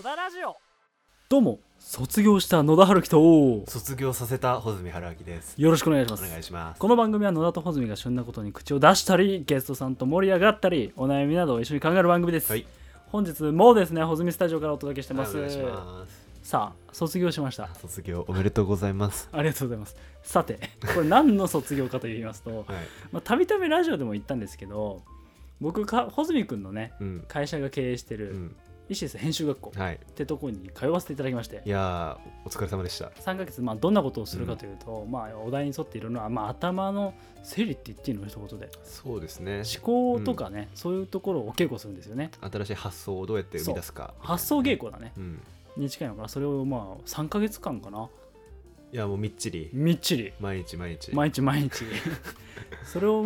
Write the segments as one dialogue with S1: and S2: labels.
S1: 田ラジオ。どうも卒業した野田春樹と
S2: 卒業させた穂積春明です。
S1: よろしくお願いします。
S2: お願いします。
S1: この番組は野田と穂積が旬なことに口を出したりゲストさんと盛り上がったりお悩みなどを一緒に考える番組です、
S2: はい、
S1: 本日もですね穂積スタジオからお届けしてます、
S2: はい、お願いします。
S1: さあ卒業しました。
S2: 卒業おめでとうございます。
S1: ありがとうございます。さてこれ何の卒業かと言いますとたびたびラジオでも言ったんですけど、僕穂積くんのね、会社が経営してる、イシス編集学校ってとこに通わせていただきまして、
S2: いやお疲れ様でした。
S1: 3ヶ月、どんなことをするかというと、お題に沿っているのは、頭の整理って言っていいの一言で。
S2: そうですね。
S1: 思考とかね、そういうところをお稽古するんですよね。
S2: 新しい発想をどうやって生み出すか、
S1: 発想稽古だね、に近いのかな。それを3ヶ月間かな。
S2: いやもうみっちり毎日
S1: それを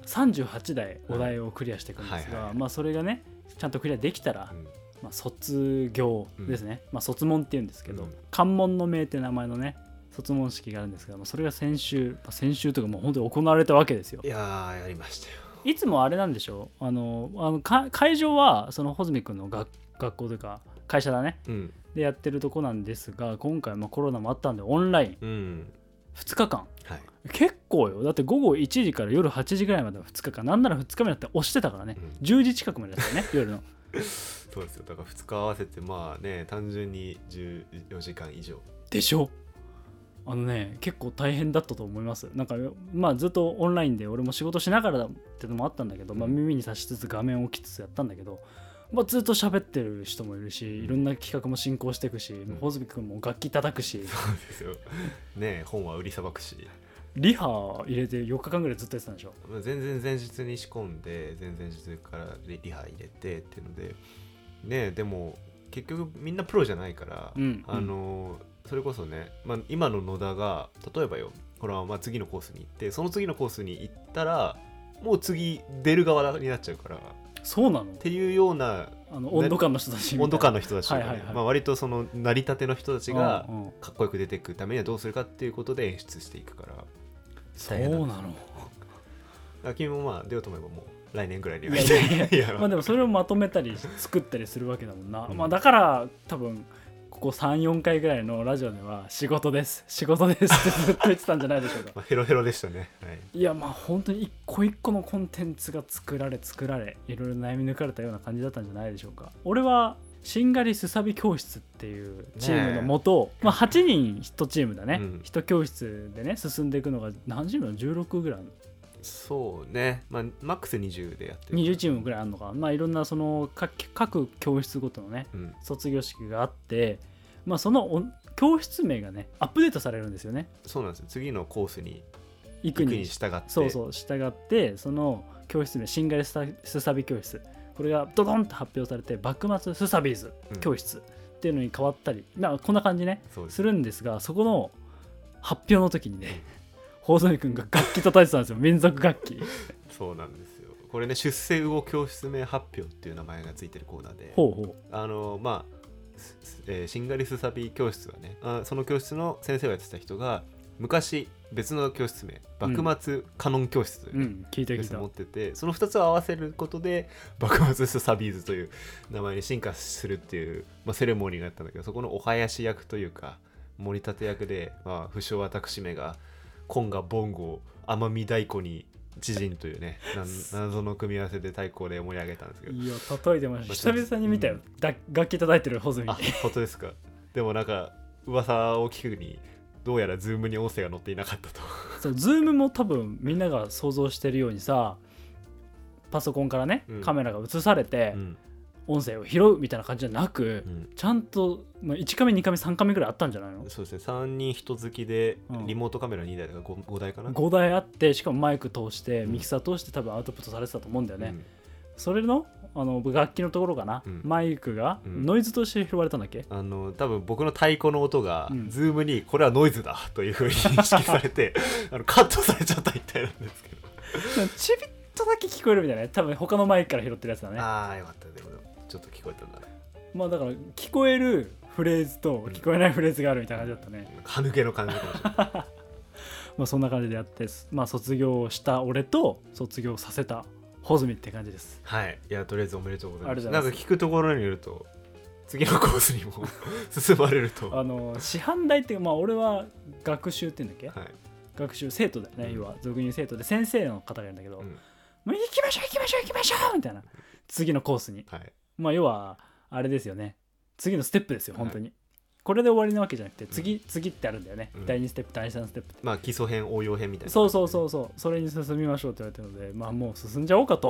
S1: 38題お題をクリアしていくんですが、それがねちゃんとクリアできたら、卒業ですね、卒問っていうんですけど、関門の名って名前のね卒問式があるんですが、それが先週とかもう本当に行われたわけですよ。
S2: いややりましたよ。
S1: いつもあれなんでしょう、会場はその穂積君の学校というか会社だね、でやってるとこなんですが、今回コロナもあったんでオンライン、2日間、結構よ。だって午後1時から夜8時ぐらいまでの2日間、なんなら2日目だって押してたからね、10時近くまでだったよね夜の
S2: そうですよ。だから2日合わせて単純に14時間以上
S1: でしょ。結構大変だったと思います。なんかずっとオンラインで俺も仕事しながらってのもあったんだけど、耳に差しつつ画面を置きつつやったんだけど、ずっと喋ってる人もいるし、いろんな企画も進行していくし、穂積君も楽器叩くし、
S2: そうですよね。本は売りさばくし、
S1: リハ入れて4日間ぐらいずっとやってたんでしょ。
S2: 全然前日に仕込んで、前々日からリハ入れてっていうのでね。でも結局みんなプロじゃないから、それこそね、今の野田が例えばよ、これ次のコースに行って、その次のコースに行ったらもう次出る側になっちゃうから。
S1: そうなの
S2: っていうような
S1: 温度感の人たち、
S2: 割とその成り立ての人たちがかっこよく出ていくためにはどうするかっていうことで演出していくから。
S1: そうなの。
S2: 君も出ようと思えばもう来年ぐらいに
S1: はでもそれをまとめたり作ったりするわけだもんな、だから多分ここ 3,4 回ぐらいのラジオでは仕事ですってずっと言ってたんじゃないでしょうか
S2: ヘロヘロでしたね、
S1: いや本当に一個一個のコンテンツが作られいろいろ悩み抜かれたような感じだったんじゃないでしょうか。俺はしんがりすさび教室っていうチームのもと、8人1チームだね、1教室でね進んでいくのが何チームなの ?16 ぐらい。そうね、
S2: マックス20でやってる。
S1: 20チームぐらいあるのかな。いろんなその各教室ごとのね、卒業式があって、その教室名がねアップデートされるんですよね。
S2: そうなんですよ。次のコースに
S1: 行くに従って、従ってその教室名しんがりすさび教室、これがドドンと発表されて、幕末スサビーズ教室っていうのに変わったり、こんな感じねするんですが、そこの発表の時にね穂積君が楽器叩いてたんですよ。民族楽器
S2: そうなんですよ。これね、出世魚教室名発表っていう名前がついてるコーナーで、しんがりすさび教室はね、その教室の先生をやってた人が昔別の教室名、幕末カノン教室という、
S1: 聞いた
S2: 持ってて、その2つを合わせることで幕末スサビーズという名前に進化するっていう、セレモニーがあったんだけど、そこのお囃子役というか盛り立て役で、不詳私めがコンガボンゴ奄美太鼓に知人というね謎の組み合わせで太鼓で盛り上げたんですけど、
S1: いや例えてました。久々に見たよ、楽器叩いてる穂積。
S2: 本当ですか。でも噂を聞くにどうやらズームに音声が載っていなかったと。
S1: そう、ズームも多分みんなが想像してるようにさ、パソコンからね、カメラが映されて、音声を拾うみたいな感じじゃなく、ちゃんと、1カメ2カメ3カメぐらいあったんじゃないの。
S2: そうですね。3人1付きでリモートカメラ2台とか 5台かな、
S1: 5台あって、しかもマイク通してミキサー通して多分アウトプットされてたと思うんだよね、それの楽器のところかな、マイクがノイズとして拾われたんだっけ。
S2: 多分僕の太鼓の音が、ズームにこれはノイズだというふうに認識されてカットされちゃったみたいなんですけど
S1: ちびっとだけ聞こえるみたいなね。多分他のマイクから拾ってるやつだね。
S2: ああよかった。でもちょっと聞こえたんだね。
S1: だから聞こえるフレーズと聞こえないフレーズがあるみたいな感じだったね。
S2: 歯抜けの感じかもしれない
S1: そんな感じでやって、卒業した俺と卒業させた穂積って感じです。
S2: はい。いやとりあえずおめでとうございます。なんか聞くところによると次のコースにも進まれると
S1: 師範代っていうか、まあ俺は学習っていうんだっけ、
S2: はい、
S1: 学習生徒だよね、要は俗に言う生徒で先生の方がいるんだけど、
S2: うん、
S1: もう行きましょう行きましょう行きましょうみたいな、次のコースに、
S2: はい、
S1: まあ要はあれですよね、次のステップですよ本当に、
S2: はい、
S1: これで終わりなわけじゃなくて次ってあるんだよね、
S2: うん、
S1: 第2ステップ第3ステップって、
S2: まあ基礎編応用編みたいな、
S1: そうそれに進みましょうって言われてるので、まあもう進んじゃおうかと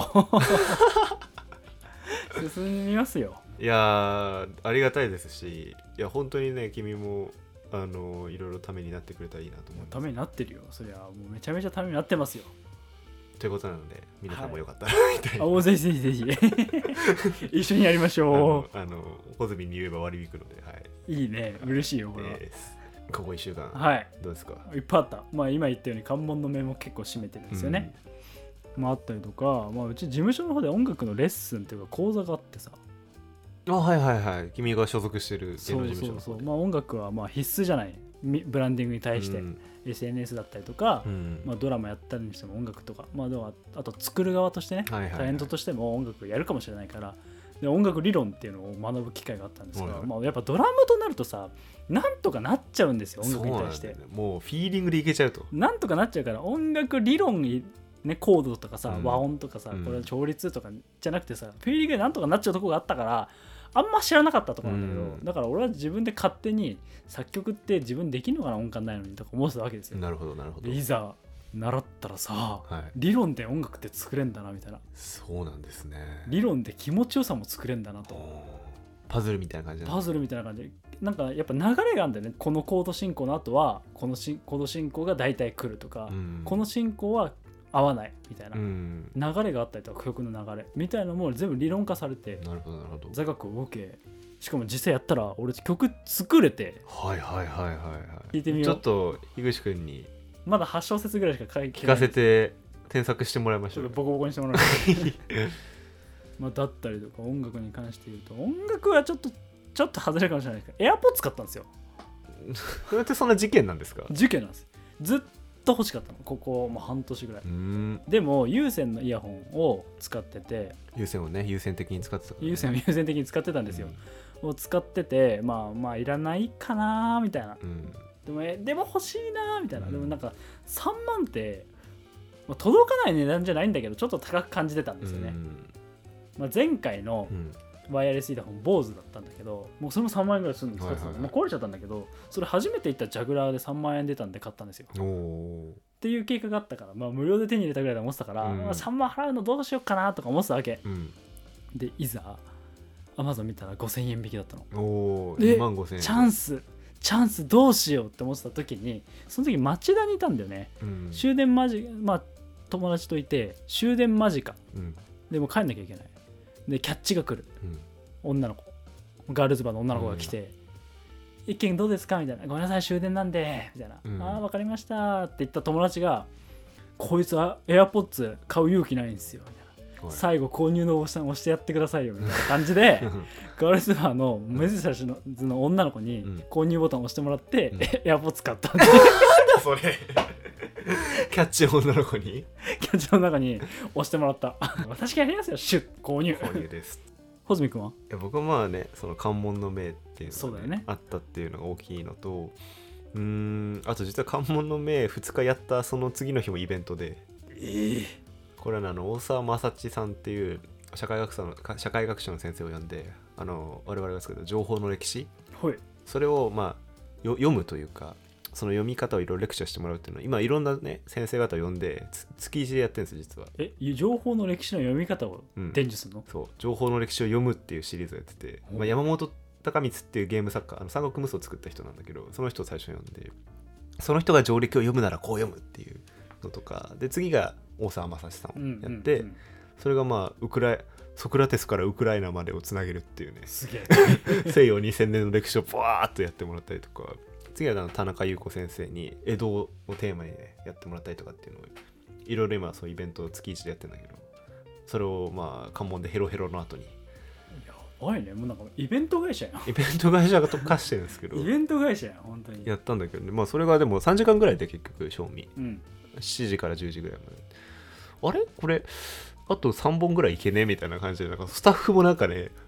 S1: 進みますよ。
S2: いやありがたいですし、いや本当にね君もいろいろためになってくれたらいいなと思います。
S1: ためになってるよ、そりゃもうめちゃめちゃためになってますよ。
S2: ということなので皆さんもよかったら、
S1: はい、
S2: みたいな、
S1: もうぜひぜひぜひ一緒にやりましょう。
S2: ホズミに言えば割り引くので、はい、
S1: いいね、嬉しいよこれは。
S2: ここ1週間、
S1: はい、
S2: どうですか。
S1: いっぱいあった。まあ今言ったように関門の面も結構占めてるんですよね、まああったりとか、まあ、うち事務所の方で音楽のレッスンっていうか講座があってさ、
S2: はいはいはい、君が所属してる芸能事務所の方で、
S1: そうまあ音楽はまあ必須じゃない、ブランディングに対して、SNS だったりとか、まあ、ドラマやったりにしても音楽とか、まあ、あと作る側としてね、タレントとしても音楽やるかもしれないから、で音楽理論っていうのを学ぶ機会があったんですが、まあ、やっぱドラムとなるとさ、なんとかなっちゃうんですよ、音楽に対して、
S2: もうフィーリングでいけちゃうと、
S1: なんとかなっちゃうから、音楽理論にね、コードとかさ、和音とかさ、これ調律とかじゃなくてさ、フィーリングでなんとかなっちゃうとこがあったから、あんま知らなかったところなんだけど、だから俺は自分で勝手に作曲って自分できるのかな、音感ないのにとか思ってたわけですよ。
S2: なるほどなるほど。
S1: いざ習ったらさ、
S2: はい、
S1: 理論で音楽って作れんだなみたいな。
S2: そうなんですね。
S1: 理論で気持ちよさも作れんだなと。
S2: パズルみたいな感じ
S1: パズルみたいな感じ。なんかやっぱ流れがあるんだよね。このコード進行の後はこのコード進行が大体来るとか、この進行は合わないみたいな、流れがあったりとか、曲の流れみたいなのも全部理論化されて、
S2: なるほどなるほど、
S1: 座学を受け、しかも実際やったら俺曲作れて、
S2: はい
S1: 聞いてみよう。
S2: ちょっと樋口くんに
S1: まだ8小節ぐらいしか書いてない、
S2: 聞かせて添削してもらいましょう。
S1: ボコボコにしてもらうまあだったりとか、音楽に関して言うと、音楽はちょっと外れるかもしれないですけど、AirPods 使ったんですよ。
S2: それってそんな事件なんですか？
S1: 事件なんです。ずっと欲しかったの、ここもう半年ぐらい。でも有線のイヤホンを使ってて、
S2: 有線をね優先的に使ってたから、ね、
S1: 有線を優先的に使ってたんですよ、を使ってて、まあいらないかなみたいな、でも欲しいなみたいな、でもなんか3万って、まあ、届かない値段じゃないんだけどちょっと高く感じてたんですよね、まあ、前回のワイヤレスイヤホンBOSEだったんだけど、もうそれも3万円ぐらいするんですよ、まあ、壊れちゃったんだけど、それ初めて行ったジャグラーで3万円出たんで買ったんですよっていう経過があったから、まあ、無料で手に入れたぐらいで思ってたから、まあ、3万払うのどうしようかなとか思ってたわけ、でいざ Amazon 見たら5000円引きだったの。で
S2: 25,000円
S1: チャンスどうしようって思ってた時に、その時町田にいたんだよね、終電間近、まあ友達といて終電間近、でも帰んなきゃいけない。でキャッチが来る、女の子、ガールズバーの女の子が来て、一見どうですかみたいな、ごめんなさい終電なんでみたいな、ああ分かりましたって言った友達が、こいつは AirPods 買う勇気ないんですよみたいな、最後購入の押してやってくださいよみたいな感じでガールズバーの珍しいの女の子に購入ボタンを押してもらって、AirPods 買ったんでなんだ
S2: それキャッチの女の子に
S1: キャッチの中に押してもらった私がやりますよ、シュッ購入
S2: です
S1: 穂積君は？
S2: いや僕はまあね、その関門の銘っていうのが、
S1: ね、
S2: あったっていうのが大きいのと、あと実は関門の銘2日やったその次の日もイベントで、これは大沢正知さんっていう社会学者の先生を呼んで、我々が作った情報の歴史、それをまあ読むというか、その読み方をいろいろレクチャーしてもらうっていうのを今いろんなね先生方を呼んで月1でやってるんです実は。
S1: 情報の歴史の読み方を伝授するの？
S2: そう、情報の歴史を読むっていうシリーズをやってて、山本隆光っていうゲーム作家、三国無双を作った人なんだけど、その人を最初に読んで、その人が上歴を読むならこう読むっていうのとかで、次が大沢正知さんをやって、それがまあソクラテスからウクライナまでをつなげるっていうね、
S1: すげ
S2: え西洋2000年の歴史をバーッとやってもらったりとか、次は田中優子先生に江戸をテーマに、ね、やってもらったりとかっていうのをいろいろ今そういうイベントを月1でやってるんだけど、それをまあ関門でヘロヘロの後に、
S1: やばいね、もうなんかイベント会社やん。
S2: イベント会社が特化してるんですけど
S1: イベント会社やん本当に。
S2: やったんだけどね、まあそれがでも3時間ぐらいで結局賞味、7時から10時ぐらいまで、あれこれあと3本ぐらいいけねみたいな感じで、なんかスタッフもなんかね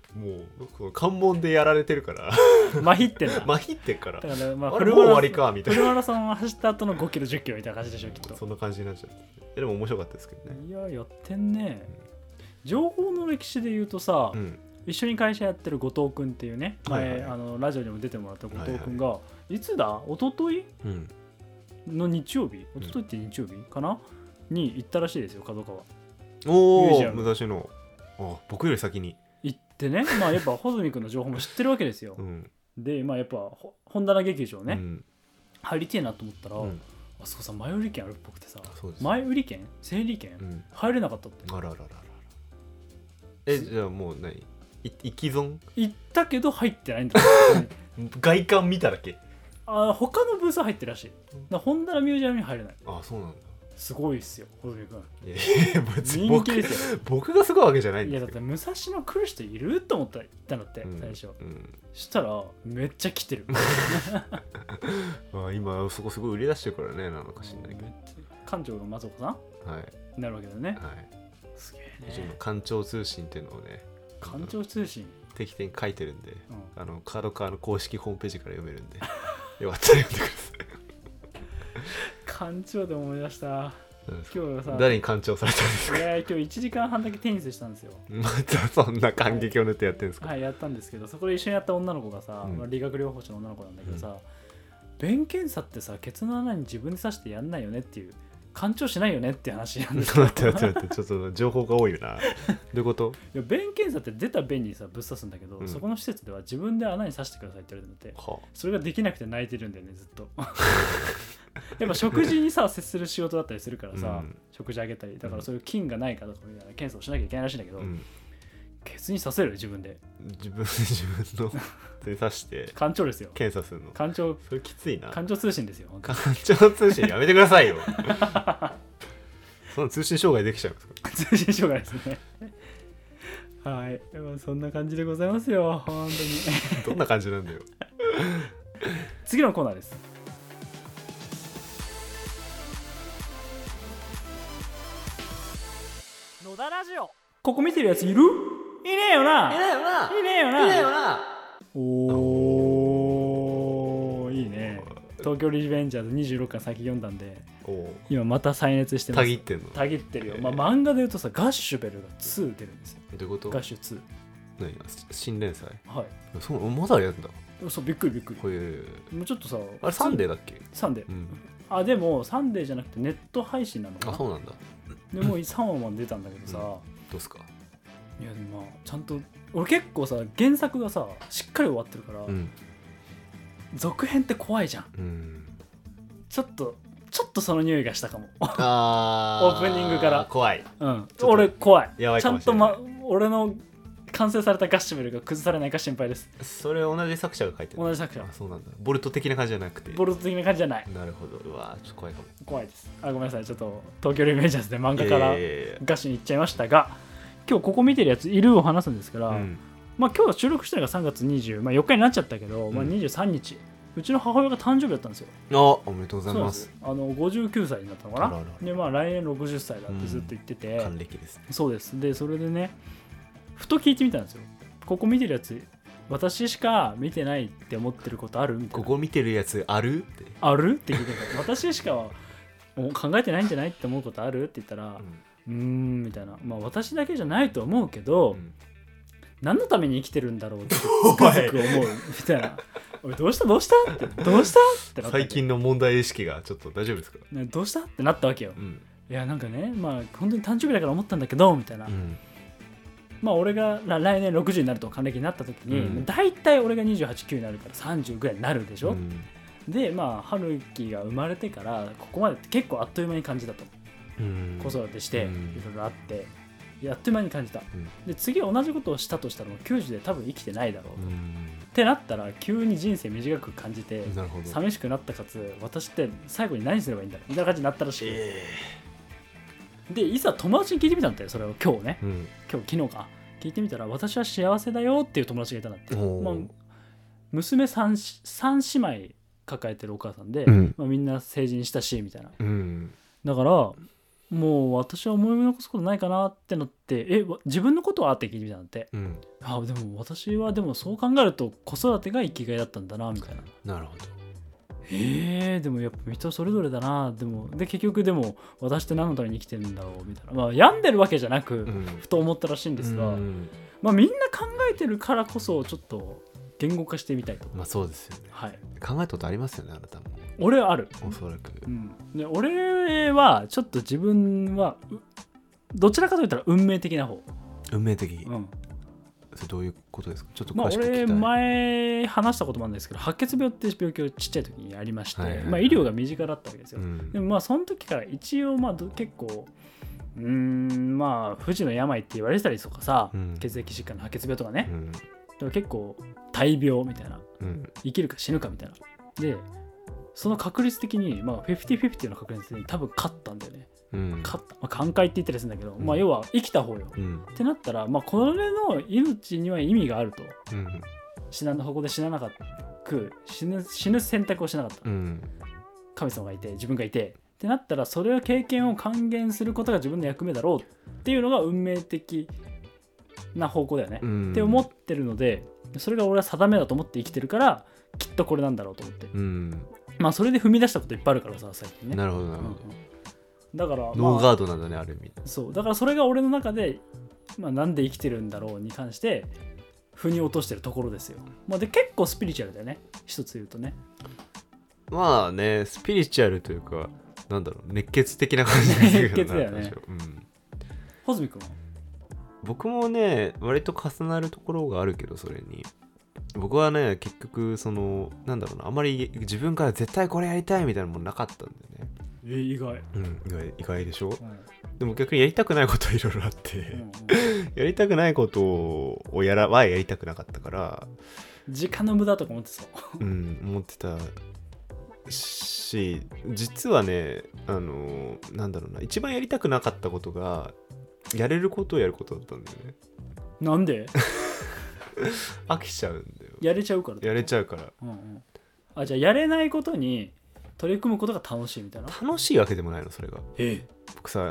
S2: もう関門でやられてるから
S1: まひってんだ
S2: まひってんから
S1: だからまあ
S2: あれもう終わりかみたいな
S1: フルマラソンを走った後の5キロ10キロみたいな感じでしょきっと。
S2: そんな感じになっちゃってでも面白かったですけどね。
S1: いややってんね、情報の歴史で言うとさ、一緒に会社やってる後藤くんっていうね前、ラジオにも出てもらった後藤くんが、いつだ一昨日、の日曜日一昨日って日曜日かな、に行ったらしいですよ角川。
S2: おお武蔵野。僕より先に
S1: 行ってね、まあやっぱ穂積君の情報も知ってるわけですよ、でまあやっぱ本棚劇場ね、入りてえなと思ったら、あそこさ前売り券あるっぽくてさ、前売り券整理券、入れなかったって。
S2: あらららら。じゃあもう何一気損
S1: 行ったけど入ってないんだ
S2: 外観見ただけ。
S1: 他のブースは入ってるらしい。本棚ミュージアムに入れない。
S2: そうなんだ。
S1: すごいっすよ穂積君。
S2: 人気ですよ。僕がすごいわけじゃないんです
S1: よ。いやだって武蔵野来る人いると思ったら行ったのって、最初、したらめっちゃ来てる
S2: 今そこすごい売り出してるからね、なんか知んないけど。
S1: 館長の松岡さん、なるわけだよね。すげえね。
S2: 館長通信っていうのをね、
S1: 館長通信
S2: 定期的に書いてるんで、カードカーの公式ホームページから読めるんでよかったら読んでください。
S1: 館長で思い出した。今日さ
S2: 誰に館長されたんですか？
S1: 今日1時間半だけテニスしたんですよ。
S2: またそんな感激を縫ってやってるんですか？
S1: はい、やったんですけど、そこで一緒にやった女の子がさ、理学療法士の女の子なんだけどさ、便検査ってさケツの穴に自分で刺してやんないよねっていう、館長しないよねって話なんですよ。
S2: 待ってちょっと情報が多いよな。どういうこと？い
S1: や便検査って出た便にさぶっ刺すんだけど、そこの施設では自分で穴に刺してくださいって言われてるんだって、それができなくて泣いてるんだよねずっと。やっぱ食事にさ接する仕事だったりするからさ、食事あげたりだからそういう菌がないかとかみたいな検査をしなきゃいけないらしいんだけど、ケツに刺せる自分で自分の手に刺して館長ですよ検査するの。館長それきついな。館長通信ですよ。館長通信やめてくださいよ。その通信障害できちゃうんですか？通信障害ですね。はい、そんな感じでございますよ本当に。どんな感じなんだよ。次のコーナーです。野田ラジオ。ここ見てるやついる？いねえよな。いねえよな。いねえよな。いねえよな。おー、いいね。東京リベンジャーズ26巻先読んだんで、今また再熱してます。たぎってんの？たぎってるよ。まあ漫画で言うとさ、ガッシュベルが2出るんですよ。どういうこと？ガッシュ2。何？新連載？はい。そうまだやるんだ。そう、びっくりびっくり。もうちょっとさ、あれサンデーだっけ？サンデー。でもサンデーじゃなくてネット配信なのかな。あ、そうなんだ。でもう3話まで出たんだけどさ、どうすか？いやでもまあちゃんと俺結構さ原作がさしっかり終わってるから、続編って怖いじゃん、ちょっとその匂いがしたかも。オープニングから怖い、俺怖い。やばいかもしれない。ちゃんと、俺の完成されたガッシュベルが崩されないか心配です。それ同じ作者が書いてる？同じ作者。そうなんだ。ボルト的な感じじゃなくて。ボルト的な感じじゃない。なるほど。うわちょっと怖いかも。怖いです。ごめんなさい、ちょっと東京リベンジャーズで漫画からガッシュに行っちゃいましたが、今日ここ見てるやついるを話すんですから、まあ今日収録したのが3月24日になっちゃったけど、まあ23日うちの母親が誕生日だったんですよ。おめでとうございます。59歳になったのかな。でまあ来年60歳だってずっと言ってて、還暦ですね。そうです。でそれでねふと聞いてみたんですよ。ここ見てるやつ私しか見てないって思ってることあるみたいな。ここ見てるやつあるってあるって聞いてた。私しかもう考えてないんじゃないって思うことあるって言ったら、みたいな。まあ私だけじゃないと思うけど、何のために生きてるんだろうってつくづく思うみたいな。おいどうしたってどうしたってなった。最近の問題意識がちょっと大丈夫ですか？どうしたってなったわけよ。いやなんかね、まあ本当に誕生日だから思ったんだけどみたいな。まあ俺が来年60になると還暦になった時に、大体俺が28、9になるから30ぐらいになるでしょ、でまあ春樹が生まれてからここまで結構あっという間に感じたと、子育てしていろいろあってあっという間に感じた、で次同じことをしたとしたら90で多分生きてないだろうと、ってなったら急に人生短く感じて寂しくなったかつ私って最後に何すればいいんだろうみたいな感じになったらしく、でいざ友達に聞いてみたんだよそれを今日ね、昨日か聞いてみたら私は幸せだよっていう友達がいたんだって、まあ、娘 3姉妹抱えてるお母さんで、まあ、みんな成人したしみたいな、だからもう私は思い残すことないかなってなって、自分のことはって聞いてみたんだって、でも私はでもそう考えると子育てが生きがいだったんだなみたいな。
S2: なるほど。
S1: でもやっぱ人それぞれだな。で結局でも私って何のために生きてるんだろうみたいな、病んでるわけじゃなく、ふと思ったらしいんですが、みんな考えてるからこそちょっと言語化してみたいと。
S2: そうですよね、はい、考えたことありますよね、あなたも。
S1: 俺はある、
S2: おそらく、
S1: で俺はちょっと自分はどちらかといったら運命的な方。
S2: 運命的、それどういうことですか？ちょっと詳しく聞きたい。
S1: 俺前話したこともあるんですけど、白血病って病気をちっちゃい時にありまして、医療が身近だったわけですよ、でもその時から一応結構不治の病って言われてたりとかさ、血液疾患の白血病とかね、結構大病みたいな、生きるか死ぬかみたいなで、その確率的に50-50の確率に多分勝ったんだよね、勝った、寛解って言ったりするんだけど、要は生きた方よ、ってなったら、これの命には意味があると、ここで死ななかった、死ぬ選択をしなかった、神様がいて自分がいてってなったら、それは経験を還元することが自分の役目だろうっていうのが運命的な方向だよね、って思ってるので、それが俺は定めだと思って生きてるから、きっとこれなんだろうと思って、それで踏み出したこといっぱいあるからさ、最近ね。
S2: なるほどなるほど、
S1: だから、
S2: ノーガードなんだね、ある意味。
S1: そうだからそれが俺の中で、なんで生きてるんだろうに関して腑に落としてるところですよ。で結構スピリチュアルだよね、一つ言うとね。
S2: スピリチュアルというか、なんだろう、熱血的な感じです
S1: 熱血だよね。穂積君は？
S2: 僕もね、割と重なるところがあるけど、それに僕はね、結局なんだろうな、あまり自分から絶対これやりたいみたいなものなかったんだよね。
S1: 意外。
S2: 意外でしょ、でも逆にやりたくないこといろいろあって、やりたくないことをやりたくなかったから、
S1: 時間の無駄とか思ってそう。
S2: 思ってたし、実はね、なんだろうな、一番やりたくなかったことがやれることをやることだったんだよね。
S1: なんで？
S2: 飽きちゃうんだよ。
S1: やれちゃうから。じゃあやれないことに取り組むことが楽しいみたいな。
S2: 楽しいわけでもないの、それが。僕さ、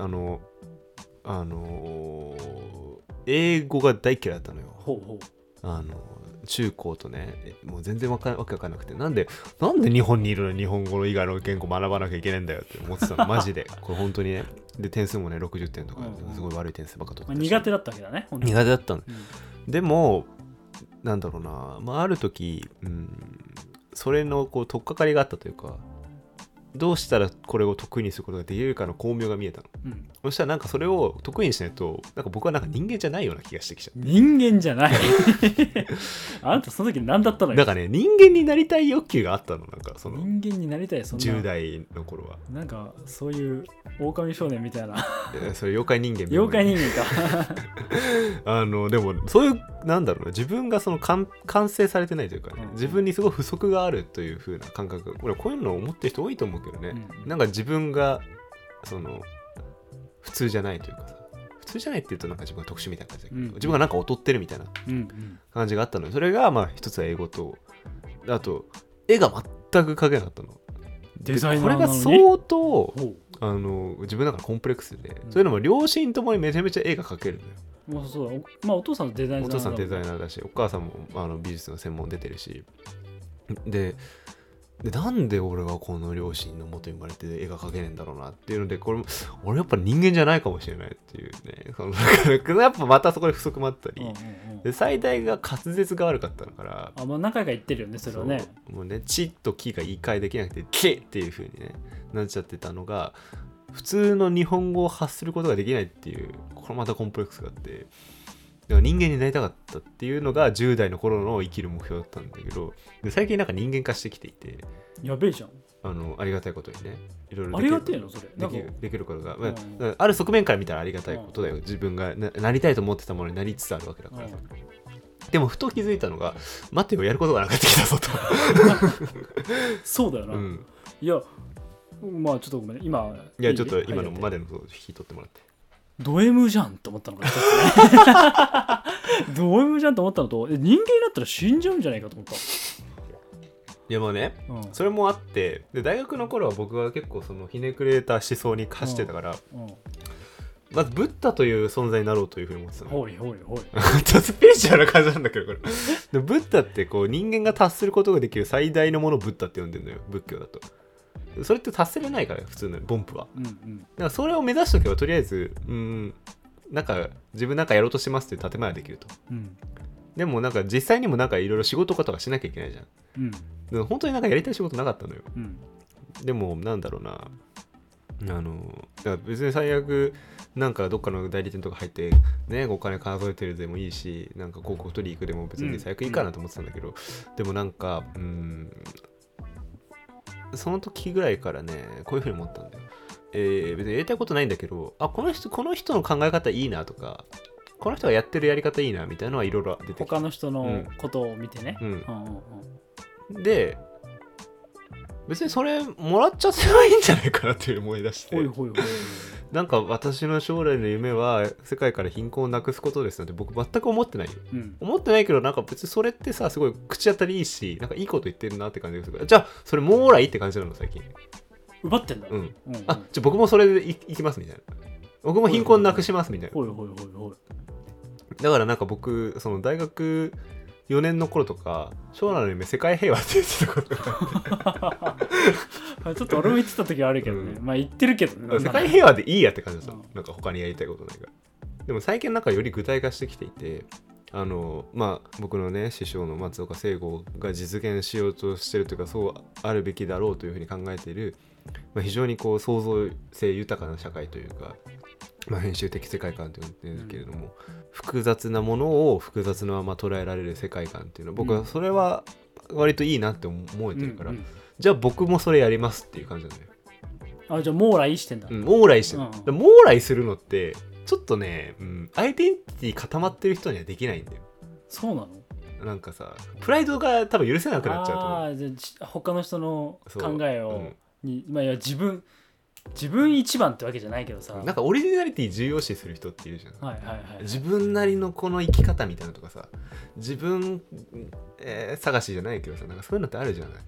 S2: 英語が大嫌いだったのよ。中高とね、もう全然わけわかんなくて、なんで日本にいるのに日本語以外の言語学ばなきゃいけないんだよって思ってたの、マジで。これ本当にね。で、点数もね、60点とか、すごい悪い点数ばっか取ってたし。
S1: 苦手だったわけだね。
S2: 苦手だったの。でも、なんだろうな、ある時、それの取っかかりがあったというか、どうしたらこれを得意にすることができるかの巧妙が見えたの、そしたらそれを得意にしないと僕は人間じゃないような気がしてきちゃう。
S1: 人間じゃないあなたその時何だったのよ。
S2: ね、人間になりたい欲求があったの。
S1: 人間になりたい、そんな
S2: 10代の頃は
S1: そういう狼少年みたいな
S2: それ妖怪人間
S1: 妖怪人間
S2: かでもそういうなんだろうな、自分が完成されてないというか、ね、自分にすごい不足があるという風な感覚、こういうのを思ってる人多いと思うけどね、自分が普通じゃないというかさ、普通じゃないって言うと自分が特殊みたいな感じだけど、自分が劣ってるみたいな感じがあったので、それが一つは英語と、あと絵が全く描けなかったの。
S1: デザイナーなのに
S2: これが相当自分の中のコンプレックスで、そういうのも両親ともにめちゃめちゃ絵が描けるのよ。
S1: そうだ、お父さんデザイナー、
S2: お父さんデザイナーだし、お母さんも美術の専門出てるし、でなんで俺はこの両親の元に生まれて絵が描けねえんだろうなっていうので、これも俺やっぱ人間じゃないかもしれないっていうね、やっぱまたそこで不足もあったり、で最大が滑舌が悪かったのから、
S1: 何回か言ってるよね、それはね。
S2: もうね、チとキが言い換えできなくてケっていう風にねなっちゃってたのが、普通の日本語を発することができないっていう、これまたコンプレックスがあって、だから人間になりたかったっていうのが10代の頃の生きる目標だったんだけど、で最近人間化してきていて、
S1: やべえじゃん。
S2: ありがたいことにね、いろいろ
S1: ありがてえのそれ
S2: できることが、ある側面から見たらありがたいことだよ。自分が なりたいと思ってたものになりつつあるわけだからさ。でもふと気づいたのが、待ってよ、やることがなくなってきたぞと
S1: そうだよな、いや、ちょっとごめん、ち
S2: ょっと今のまでの引き取ってもらって、
S1: ド M じゃんって思ったのかド M じゃんって思ったのと、人間になったら死んじゃうんじゃないかと思った。
S2: いやもうね、それもあって、で大学の頃は僕は結構ひねくれた思想に課してたから、 まずブッダという存在になろうというふうに思ってたの。
S1: ほいほいほい
S2: スピリチュアルな感じなんだけどこれでブッダってこう人間が達することができる最大のものをブッダって呼んでるのよ、仏教だと。それって達せれないから普通のボンプは、だからそれを目指しとけばとりあえずなんか自分なんかやろうとしますっていう建前はできると、でもなんか実際にもなんかいろいろ仕事とかしなきゃいけないじゃん、でも本当になんかやりたい仕事なかったのよ、でもなんだろうな、だから別に最悪なんかどっかの代理店とか入ってねお金数えてるでもいいし、なんか広告取り行くでも別に最悪いいかなと思ってたんだけど、でもなんかその時ぐらいからねこういうふうに思ったんだよ。別にやりたいことないんだけど、この人の考え方いいなとか、この人がやってるやり方いいなみたいなのはいろいろ出てきて、
S1: 他の人のことを見てね、
S2: で別にそれもらっちゃってないいんじゃないかなって思い出して、なんか私の将来の夢は世界から貧困をなくすことですなんて僕全く思ってないよ、思ってないけど、なんか別にそれってさすごい口当たりいいし、なんかいいこと言ってるなって感じがするから、じゃあそれもらいって感じなの最近。
S1: 奪ってんだ。
S2: じゃあ僕もそれでいきますみたいな、僕も貧困なくしますみたいな。だからなんか僕その大学4年の頃とか将来の夢世界平和って言ってたことが
S1: ちょっと俺も言ってた時はあるけどね、まあ言ってるけどね、
S2: 世界平和でいいやって感じだった、なんか他にやりたいことないから。でも最近なんかより具体化してきていて、まあ僕のね師匠の松岡聖吾が実現しようとしてるというか、そうあるべきだろうというふうに考えている、非常にこう創造性豊かな社会というか、編集的世界観というんですけれども、複雑なものを複雑なまま捉えられる世界観っていうのは僕はそれは割といいなって思えてるから、じゃあ僕もそれやりますっていう感じなんだよ。
S1: じゃあ網羅してんだ。
S2: 網羅してる、網羅するのってちょっとね、アイデンティティ固まってる人にはできないんだよ。
S1: そうなの？
S2: なんかさプライドが多分許せなくなっちゃうと思う。
S1: じゃあ他の人の考えをまあいや自分一番ってわけじゃないけどさ、
S2: なんかオリジナリティ重要視する人っているじゃん、自分なりのこの生き方みたいなとかさ、自分、探しじゃないけどさ、なんかそういうのってあるじゃない。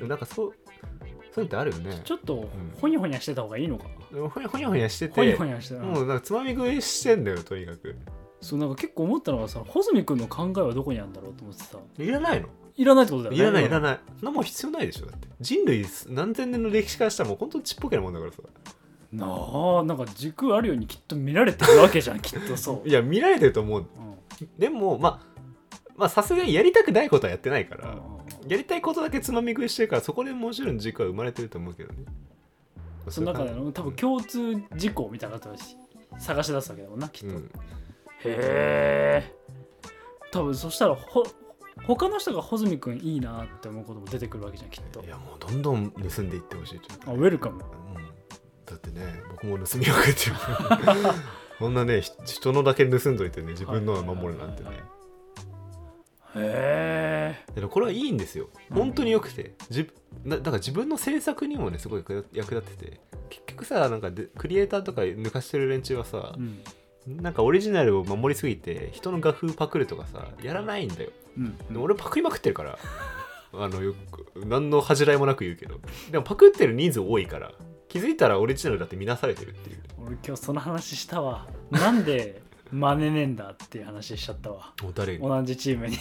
S2: なんかそういうのってあるよね。
S1: ちょっとほにゃほにゃしてた方がいいのか。
S2: ほにゃほにゃしてて、もうなんかつまみ食いしてんだよとにかく。
S1: そうなんか結構思ったのがさ、穂積君の考えはどこにあるんだろうと思ってさ。
S2: いらないの？
S1: いらないってことだよね。
S2: いらない。そんなもん必要ないでしょ。だって人類何千年の歴史からしたらもう本当にちっぽけなもんだからさ。
S1: なんか軸あるようにきっと見られてるわけじゃんきっと。そう
S2: いや見られてると思う、でもまあさすがにやりたくないことはやってないから、やりたいことだけつまみ食いしてるから、そこでもちろん軸は生まれてると思うけどね。
S1: その中での多分共通事項みたいなのを探し出すわけだもんなきっと、へえ。多分そしたら他の人が穂積君いいなって思うことも出てくるわけじゃんきっと。
S2: いやもうどんどん盗んでいってほしいというか、
S1: ウェルカム、
S2: だってね僕も盗みまくってるこんなね人のだけ盗んどいてね自分のは守るなんてね、
S1: へえ。
S2: でもこれはいいんですよ本当によくて、だから自分の制作にもねすごい役立ってて、結局さなんかクリエイターとか抜かしてる連中はさ、なんかオリジナルを守りすぎて人の画風パクるとかさやらないんだよ、俺パクりまくってるからよく何の恥じらいもなく言うけど、でもパクってる人数多いから気づいたらオリジナルだって見なされてるっていう。
S1: 俺今日その話したわ。なんで真似ねえんだっていう話しちゃったわ。
S2: 誰に？
S1: 同じチームに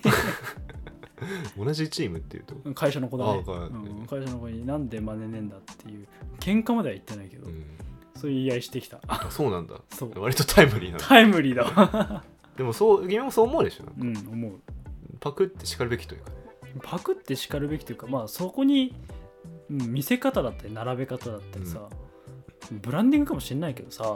S2: 同じチームっていうと
S1: 会社の子だね、会社の子になんで真似ねえんだっていう喧嘩までは言ってないけど、そういう言い合いしてきた。
S2: そうなんだ。
S1: そう
S2: 割とタイムリーな。
S1: タイムリーだわ
S2: でも君もそう思うでしょ。
S1: 思う。
S2: パクって叱るべきというか、
S1: パクって叱るべきというか、まあそこに見せ方だったり並べ方だったりさ、ブランディングかもしれないけどさ、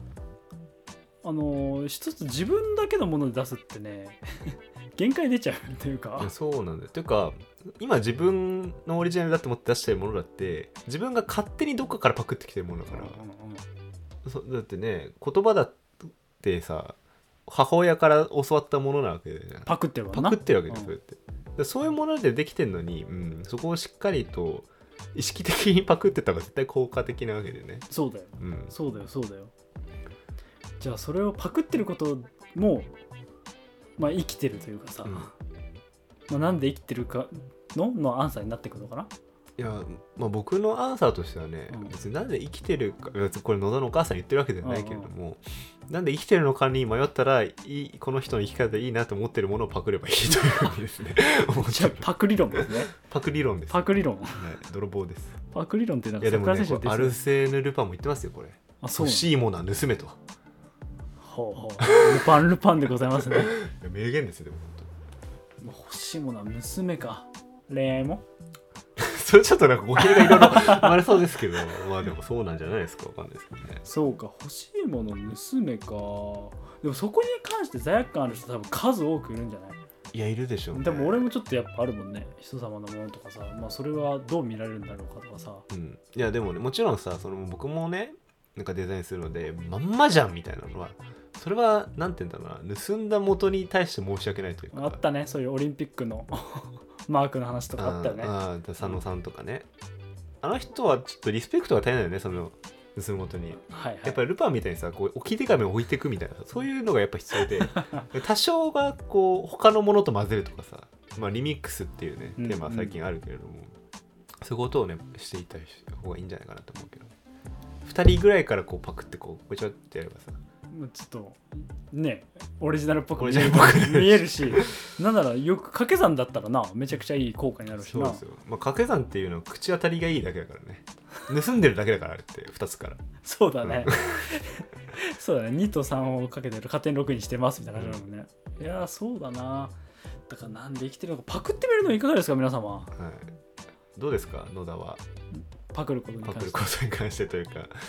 S1: 一つ自分だけのもので出すってね限界出ちゃうというか。
S2: いやそうなんだよ。というか今自分のオリジナルだと思って出してるものだって自分が勝手にどっかからパクってきてるものだから、だってね言葉だってさ母親から教わったものなわけじゃん。
S1: パクってるわな。
S2: パクってるわけです、そうやってでそういうものでできてるのに、そこをしっかりと意識的にパクってた方が絶対効果的なわけでね。
S1: そうだよ、そうだよ。じゃあそれをパクってることもまあ生きてるというかさ、まあ、なんで生きてるかのアンサーになってくるのかな。
S2: いや、まあ、僕のアンサーとしてはね、別になんで生きてるか、これ野田のお母さん言ってるわけではないけれども、なんで生きてるのかに迷ったらこの人の生き方でいいなと思ってるものをパクればいいというふうにですね
S1: じゃあパク理論ですね。
S2: パク理論です。
S1: パク理論、
S2: はい、泥棒です。
S1: パク理論ってなんか
S2: いやでもね、アルセーヌ・ルパンも言ってますよこれ。
S1: あ、そう。
S2: 欲しいものは盗めと。
S1: ほうほう。ルパンでございますね。
S2: 名言ですよ。でも
S1: 本当欲しいものは盗めか。恋愛も
S2: それちょっとなんか語弊がいろいろ生まれそうですけどまあでもそうなんじゃないですか。わかんないですけどね。
S1: そうか、欲しいもの盗めか。でもそこに関して罪悪感ある人多分数多くいるんじゃない？
S2: いや、いるでしょうね。
S1: でも俺もちょっとやっぱあるもんね。人様のものとかさ、まあそれはどう見られるんだろうかとかさ。
S2: うん、いやでもね、もちろんさ、僕もねなんかデザインするのでまんまじゃんみたいなのは、それはなんて言うんだろうな、盗んだ元に対して申し訳ないというか。
S1: あったね、そういうオリンピックのマークの話とかあったよね。
S2: 佐野さんとかね、あの人はちょっとリスペクトが足りないよね、その盗む元に、
S1: はいはい、
S2: やっぱりルパンみたいにさ、こう置き手紙を置いていくみたいな、そういうのがやっぱ必要で多少がこう他のものと混ぜるとかさ、まあ、リミックスっていうねテーマは最近あるけれども、そういうことをねしていった方がいいんじゃないかなと思うけど、2人ぐらいからこうパクってこうごちゃってやればさ、
S1: ちょっとねオリジナルっぽく見えるしなんならよく掛け算だったらなめちゃくちゃいい効果になるしな。
S2: そうですよ、まあ、掛け算っていうのは口当たりがいいだけだからね。盗んでるだけだからあれって2つから
S1: そうだねそうだね、2と3をかけてる加点6にしてますみたいな感じなのね、いやそうだな。だからなんで生きてるのかパクってみるのいかがですか皆様。
S2: はい、どうですか野田は
S1: パクることに
S2: 関してというか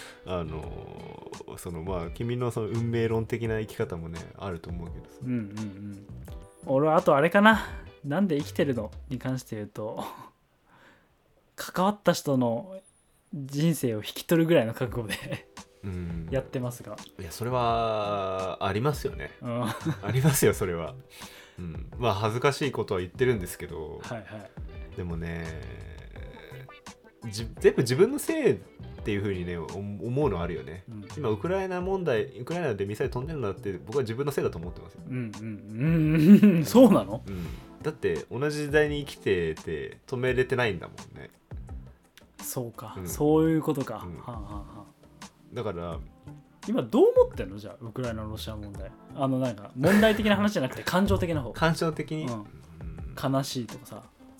S2: そのまあ君のその運命論的な生き方もねあると思うけどさ、
S1: 俺はあとあれかな、なんで生きてるのに関して言うと関わった人の人生を引き取るぐらいの覚悟でやってますが、
S2: いやそれはありますよね、ありますよそれは、まあ恥ずかしいことは言ってるんですけど、はいはい、でもね全部自分のせいっていう風にね思うのあるよね、今ウクライナでミサイル飛んでるんだって僕は自分のせいだと思ってますよ。
S1: そうなの、
S2: だって同じ時代に生きてて止めれてないんだもんね。
S1: そうか、そういうことか、
S2: だから
S1: 今どう思ってんのじゃあウクライナロシア問題、なんか問題的な話じゃなくて感情的な方
S2: 感情的に、
S1: 悲しいとかさ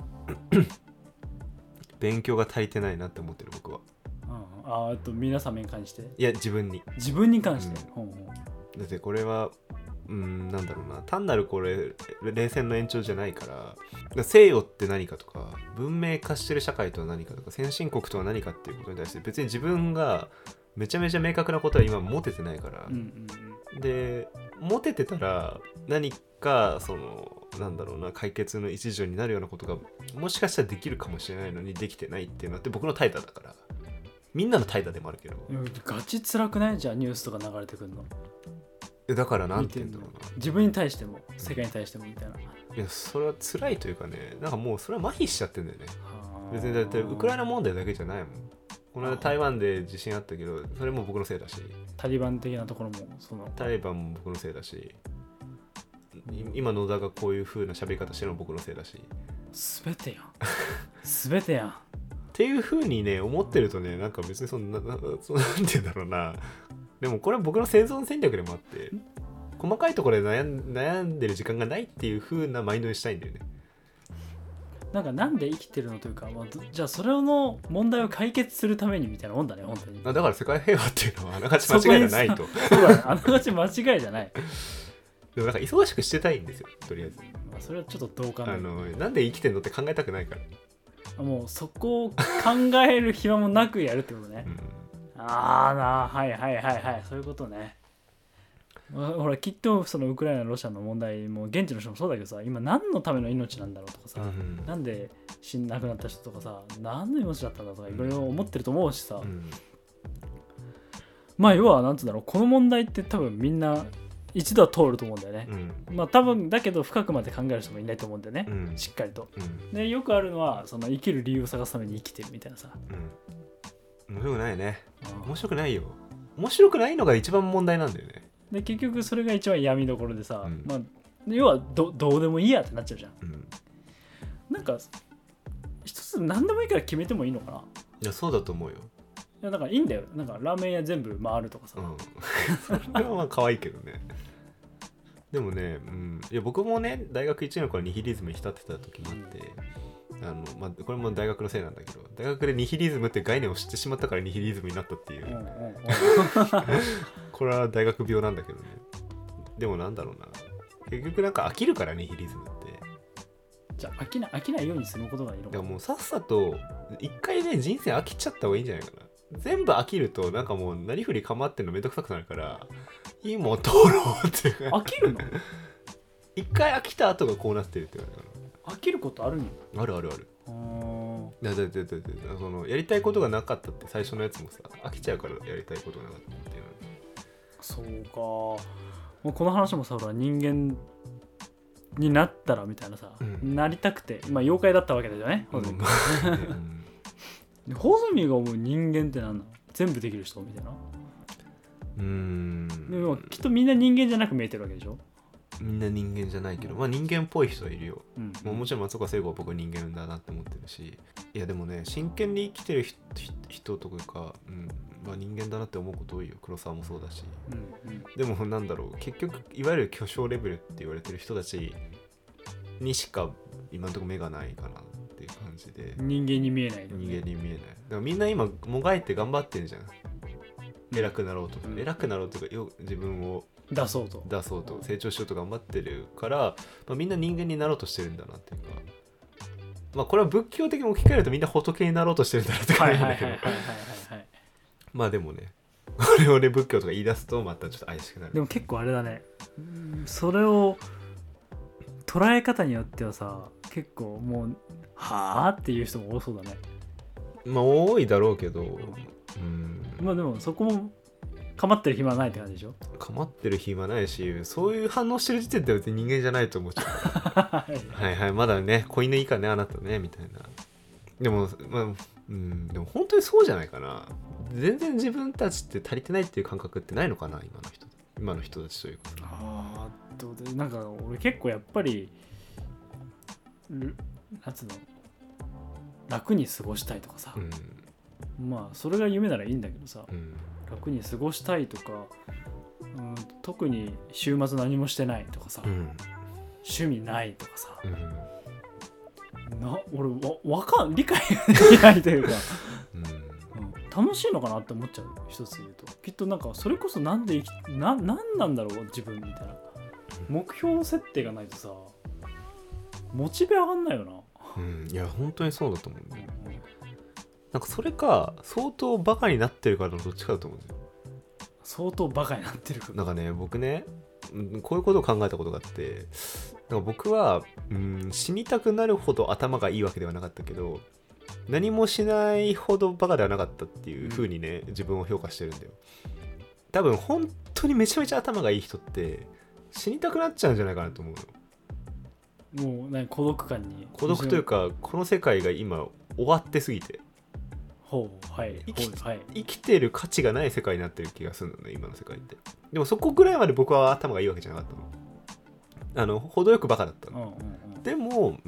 S2: 勉強が足りてないなって思ってる僕は。
S1: 皆さんに関して、い
S2: や自分に
S1: 関して、
S2: だってこれはなんだろうな、単なるこれ冷戦の延長じゃないから西洋って何かとか文明化してる社会とは何かとか先進国とは何かっていうことに対して別に自分がめちゃめちゃ明確なことは今持ててないから、で持ててたら何かそのなんだろうな解決の一助になるようなことがもしかしたらできるかもしれないのにできてないっていうのって僕の怠惰だから、みんなの怠惰でもあるけど。
S1: ガチ辛くない？じゃあニュースとか流れてくるの。
S2: だからなんて言うんだろうな、
S1: 自分に対しても世界に対してもみたいな。
S2: いやそれは辛いというかね、なんかもうそれは麻痺しちゃってんだよね。別にだってウクライナ問題だけじゃないもん。この間台湾で地震あったけどそれも僕のせいだし、
S1: タリバン的なところも
S2: タリバンも僕のせいだし、今野田がこういう風な喋り方してるのも僕のせいだし、
S1: 全てやん全てやん
S2: っていう風にね思ってるとね、なんか別になんて言うんだろうな、でもこれは僕の生存戦略でもあって細かいところで悩んでる時間がないっていう風なマインドにしたいんだよね。
S1: なんで生きてるのというか、じゃあそれの問題を解決するためにみたいなもんだね本当に。
S2: だから世界平和っていうのはあながち間違いがないと。
S1: そうだね、あながち間違いじゃない。
S2: でもなんか忙しくしてたいんですよとりあえず。
S1: それはちょっっとどうかな。
S2: なんで生きてんのって考えたくないから。
S1: もうそこを考える暇もなくやるってことね。はいはいはいはい、そういうことね。ほらきっとそのウクライナロシアの問題も現地の人もそうだけどさ、今何のための命なんだろうとかさ、なんで亡くなった人とかさ何の命だったんだとかいろいろ思ってると思うしさ、まあ要はなんつうんだろう、この問題って多分みんな一度は通ると思うんだよね、まあ多分だけど深くまで考える人もいないと思うんだよね、しっかりと、でよくあるのはその生きる理由を探すために生きてるみたいなさ、
S2: 面白くないね。面白くないよ。面白くないのが一番問題なんだよね。
S1: で結局それが一番闇どころでさ、要はどうでもいいやってなっちゃうじゃん、なんか一つ何でもいいから決めてもいいのかな。
S2: いやそうだと思うよ。
S1: いやだからいいんだよ。なんかラーメン屋全部回るとかさ、
S2: それはまあ可愛いけどね。でもね、いや僕もね大学1年の頃ニヒリズムに浸ってた時もあって、これも大学のせいなんだけど、大学でニヒリズムって概念を知ってしまったからニヒリズムになったっていう、これは大学病なんだけどね。でもなんだろうな、結局なんか飽きるからニヒリズムって。
S1: じゃあ飽きないようにすることがいいのか。
S2: いやもうさっさと一回ね人生飽きちゃった方がいいんじゃないかな。全部飽きるとなんかもう何振り構ってんのめんどくさくなるから、いいもん通ろうって
S1: 飽きるの
S2: 一回飽きた後がこうなってるって言われた
S1: の。飽きることあるの。
S2: ある。だそのやりたいことがなかったって最初のやつもさ、飽きちゃうからやりたいことがなかったっていうの。
S1: そうか。もうこの話もさ、人間になったらみたいなさ、なりたくて、妖怪だったわけだよね。ホズミが思う人間って何なの？全部できる人みたいな。でもきっとみんな人間じゃなく見えてるわけでしょ。
S2: みんな人間じゃないけど、人間っぽい人はいるよ。もちろん松岡聖子は僕人間だなって思ってるし、いやでもね真剣に生きてる人とか、人間だなって思うこと多いよ。黒沢もそうだし、でもなんだろう、結局いわゆる巨匠レベルって言われてる人たちにしか今のところ目がないかなっていう感じで。
S1: 人間に見えない、
S2: 人間に見えない。だからみんな今もがいて頑張ってるじゃん。偉くなろうとか、偉くなろうとか自分を
S1: 出そうと
S2: 成長しようと頑張ってるから、みんな人間になろうとしてるんだなっていうか、これは仏教的に置き換えるとみんな仏になろうとしてるんだなって感じなんだけど、でもねこれをね仏教とか言い出すとまたちょっと怪しくなる。
S1: でも結構あれだね、それを捉え方によってはさ、結構もうはあっていう人も多そうだね。
S2: 多いだろうけど、
S1: でもそこも構ってる暇はないって感じでしょ。
S2: 構ってる暇ないし、そういう反応してる時点で別に人間じゃないと思っちゃうからはいまだね子犬以下ねあなたねみたいな。でもでも本当にそうじゃないかな。全然自分たちって足りてないっていう感覚ってないのかな、今の人たちというか。
S1: どうで、なんか俺結構やっぱりなんつうの、楽に過ごしたいとかさ、それが夢ならいいんだけどさ、楽に過ごしたいとか、特に週末何もしてないとかさ、趣味ないとかさ、俺理解ができないというか、楽しいのかなって思っちゃう。一つ言うときっとなんかそれこそなんなんだろう自分みたいな目標設定がないとさ、モチベ上がんないよな。
S2: いや本当にそうだと思う、なんかそれか相当バカになってるからどっちかだと思うんですよ。
S1: 相当バカになってるから。
S2: なんかね僕ねこういうことを考えたことがあって、なんか僕は死にたくなるほど頭がいいわけではなかったけど、何もしないほどバカではなかったっていう風にね、自分を評価してるんだよ。多分本当にめちゃめちゃ頭がいい人って死にたくなっちゃうんじゃないかなと思うの。
S1: もう孤独感に、
S2: 孤独というかこの世界が今終わってすぎて、生きてる価値がない世界になってる気がするんだね今の世界って。でもそこぐらいまで僕は頭がいいわけじゃなかったの。程よくバカだったの、でも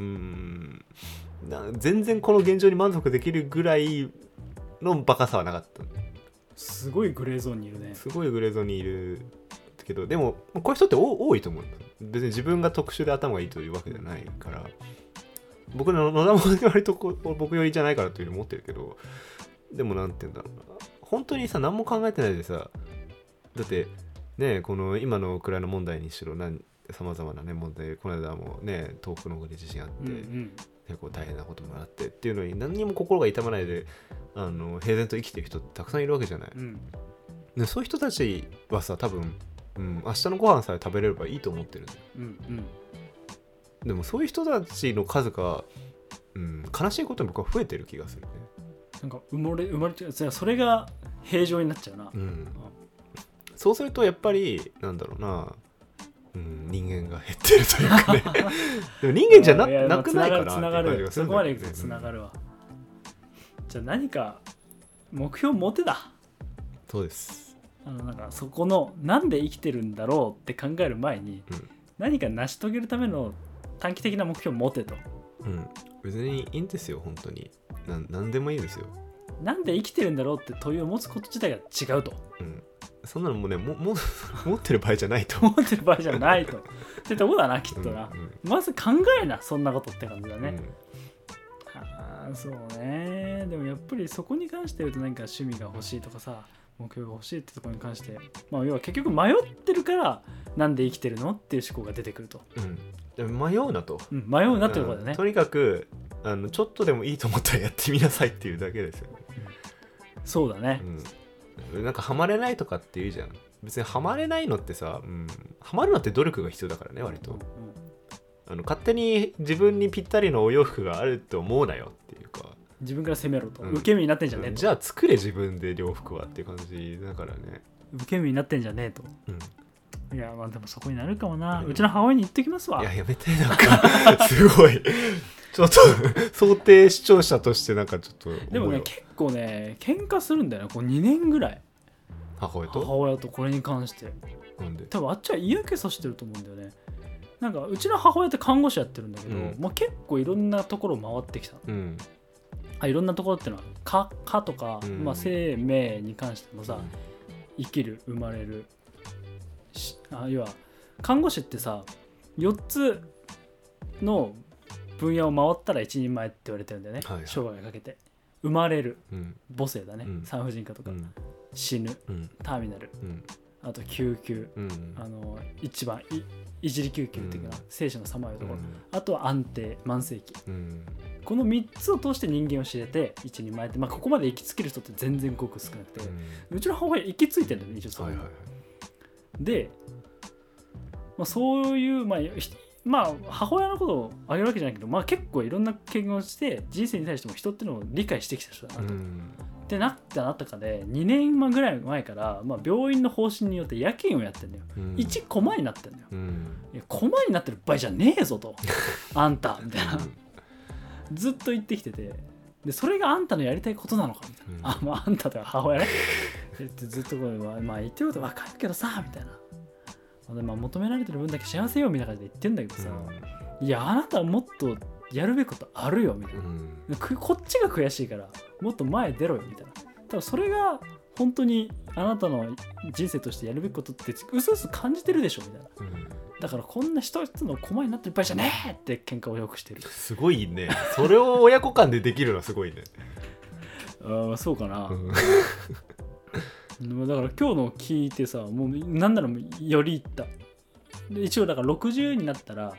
S2: 全然この現状に満足できるぐらいのバカさはなかった。
S1: すごいグレーゾーンにいるね。
S2: すごいグレーゾーンにいるけど、でもこういう人って多いと思うんだ。別に自分が特殊で頭がいいというわけじゃないから、僕の野田も割と僕寄りじゃないからというふうに思ってるけど、でもなんて言うんだろうな、本当にさ何も考えてないでさ、だってねこの今のウクライナ問題にしろさまざまなね問題、この間もね遠くの方で地震あって、結構大変なこともあってっていうのに何にも心が痛まないで平然と生きてる人ってたくさんいるわけじゃない、でそういう人たちはさ多分、明日のご飯さえ食べれればいいと思ってるんだよ、でもそういう人たちの数が、悲しいことに僕は増えてる気がするね。
S1: なんか生まれてそれが平常になっちゃうな、
S2: そうするとやっぱりなんだろうな、人間が減ってるというかねでも人間じゃ なくないかな。
S1: つながる、そこまでいくとつながるわ、じゃあ何か目標持てだ。
S2: そうです。
S1: なんかそこのなんで生きてるんだろうって考える前に、何か成し遂げるための短期的な目標を持てと。
S2: 別にいいんですよ本当に。何でもいいですよ。
S1: なんで生きてるんだろうって問いを持つこと自体が違うと、
S2: そんなのもうね持ってる場合じゃないと
S1: 思ってる場合じゃないとってとこだなきっとな、まず考えなそんなことって感じだね、そうね。でもやっぱりそこに関して言うと何か趣味が欲しいとかさ目標が欲しいってところに関して、要は結局迷ってるからなんで生きてるのっていう思考が出てくると、
S2: でも迷うなと、
S1: 迷うなってことだね、
S2: とにかくちょっとでもいいと思ったらやってみなさいっていうだけですよね、
S1: そうだね、
S2: なんかハマれないとかって言うじゃん。別にハマれないのってさ、ハマるのって努力が必要だからね割と、勝手に自分にぴったりのお洋服があると思うなよっていうか、
S1: 自分から攻めろと、受け身になってんじゃねえと、
S2: じゃあ作れ自分で洋服はっていう感じだからね。
S1: 受け身になってんじゃねえと、いやでもそこになるかもな、うちの母親に言ってきますわ。
S2: いややめて、なんかすごいちょっと想定視聴者としてなんかちょっと
S1: でもね結構ね喧嘩するんだよね、こう2年ぐらい
S2: 母
S1: 親とこれに関して。
S2: なんで
S1: 多分あっちは嫌気さしてると思うんだよね。なんかうちの母親って看護師やってるんだけど、結構いろんなところ回ってきた、いろんなところってのは科とか、生命に関してもさ、生きる生まれる要は看護師ってさ4つの分野を回ったら一人前って言われてるんだよね、生涯かけて。生まれる、母性だね、産婦人科とか、死ぬ、ターミナル、あと救急、一番いじり救急的な生死のさまようところ、あとは安定慢性期、この3つを通して人間を知れて一人前って、ここまで行きつける人って全然ごく少なくて、うちの母親行き着いてるんだよね一応そういうの、で、そういう母親のことをあげるわけじゃないけど、結構いろんな経験をして人生に対しても人っていうのを理解してきた人だなと、ってなったかで2年ぐらい前から、病院の方針によって夜勤をやってるんだよ、1コマになってるんだよ、いやコマになってる場合じゃねえぞとあんたみたいなずっと言ってきてて、でそれがあんたのやりたいことなのかみたいな、あんたとか母親ねずっとこう、言ってること分かるけどさみたいな、求められてる分だけ幸せよみたいな感じで言ってんだけどさ、いやあなたはもっとやるべきことあるよみたいな、こっちが悔しいからもっと前出ろよみたいな、多分それが本当にあなたの人生としてやるべきことってうすうす感じてるでしょみたいな、だからこんな一つの駒になってる場合じゃねえって喧嘩をよくしてる。
S2: すごいね、それを親子間でできるのはすごいね
S1: そうかな、だから今日の聞いてさ、もうなんならよりいったで、一応だから60になったら、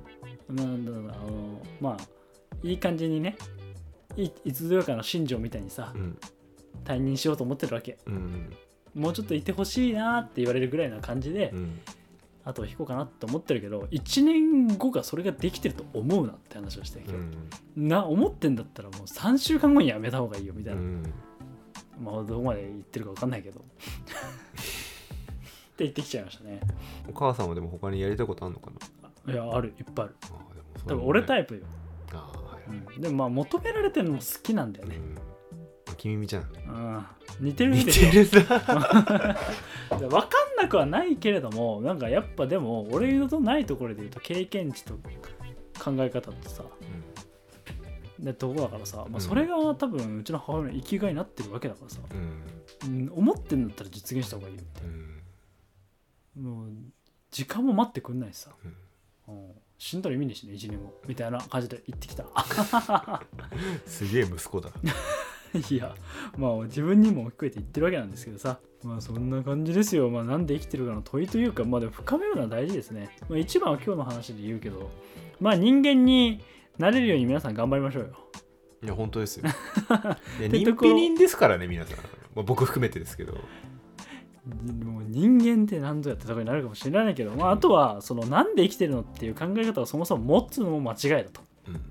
S1: いい感じにね、いつぞやかの新庄みたいにさ、退任しようと思ってるわけ、もうちょっといてほしいなって言われるぐらいな感じで、あと引こうかなって思ってるけど、1年後がそれができてると思うなって話をしてるけど、思ってんだったらもう3週間後にやめた方がいいよみたいな、どこまで言ってるか分かんないけどって言ってきちゃいましたね。
S2: お母さんはでも他にやりたいことあるのかな。
S1: いやある、いっぱいある。多分俺タイプよ。でも求められてるのも好きなんだよね。
S2: 君みちゃん、
S1: 似てるでしょ。似てる分かんなくはないけれども、なんかやっぱでも俺のとないところで言うと経験値と考え方ってさ、でとこだからさ、それが多分うちの母親の生きがいになってるわけだからさ、思ってんだったら実現した方がいいよって、もう時間も待ってくんないしさ、死んだら意味にしね1年後みたいな感じで言ってきた
S2: すげえ息子だ
S1: いや自分にも聞こえて言ってるわけなんですけどさ、そんな感じですよ。なんで生きてるかの問いというか、でも深めるのは大事ですね。一番は今日の話で言うけど、人間になれるように皆さん頑張りましょうよ。
S2: いや本当ですよ人否人ですからね皆さん、僕含めてですけど、
S1: もう人間って何ぞやってとこになるかもしれないけど、あとはそのなんで生きてるのっていう考え方をそもそも持つのも間違いだと、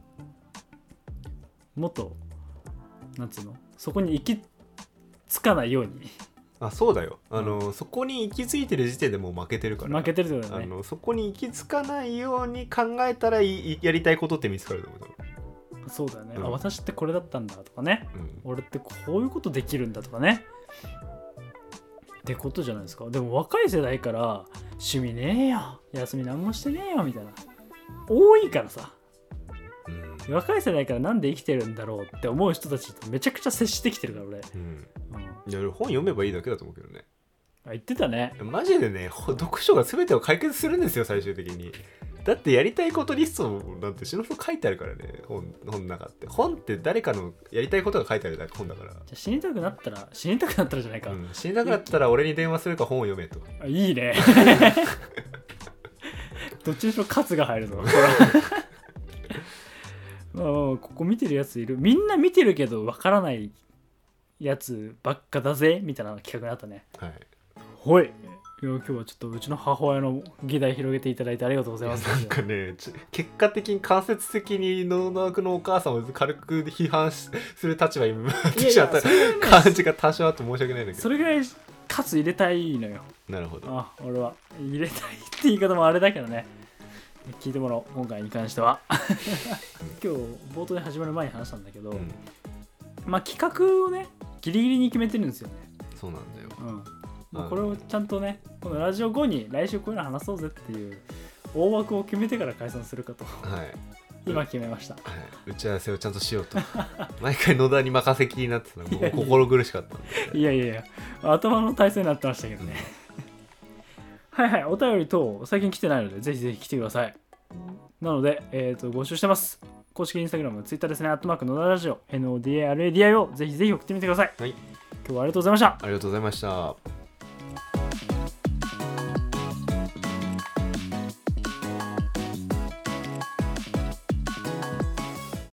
S1: もっとなんつうの、そこに行き着かないように
S2: そうだよ、そこに行き着いてる時点でもう負けてるから、
S1: 負けてるってことだね。
S2: そこに行き着かないように考えたらやりたいことって見つかると思う。
S1: そうだよね、私ってこれだったんだとかね、俺ってこういうことできるんだとかねってことじゃないですか。でも若い世代から趣味ねえよ、休み何もしてねえよみたいな多いからさ、 若い世代からなんで生きてるんだろうって思う人たちとめちゃくちゃ接してきてるから俺、
S2: いや本読めばいいだけだと思うけどね。
S1: 言ってたね。
S2: マジでね、読書が全てを解決するんですよ最終的に。だってやりたいことリストなんて死ぬほど書いてあるからね、本の中って。本って誰かのやりたいことが書いてある本だから。じゃ
S1: あ死にたくなったらじゃないか、
S2: 死にたくなったら俺に電話するか本を読めと。
S1: いいねどっちにしろ喝が入るぞここ見てるやついる。みんな見てるけどわからないやつばっかだぜみたいな企画になったね。はい。今日はちょっとうちの母親の議題広げていただいてありがとうございます。
S2: なんかね、結果的に間接的に野々くのお母さんを軽く批判する立場になってしまった感じが多少あって申し訳ないんだけど、
S1: それぐらい喝入れたいのよ。
S2: なるほど。
S1: 俺は入れたいって言い方もあれだけどね。聞いてもらおう今回に関しては今日冒頭で始まる前に話したんだけど、企画をねギリギリに決めてるんですよね。
S2: そうなんだよ。
S1: これをちゃんとねこのラジオ後に来週こういうの話そうぜっていう大枠を決めてから解散するかと、今決めました、
S2: 打ち合わせをちゃんとしようと毎回野田に任せきりになってたのもう心苦しかったんで。
S1: いや頭の体操になってましたけどねはいお便り等最近来てないのでぜひぜひ来てください。なので、募集してます。公式インスタグラム、ツイッターですね、@野田ラジオ、NODARADI をぜひぜひ送ってみてください。今日はありがとうございました。
S2: ありがとうございました。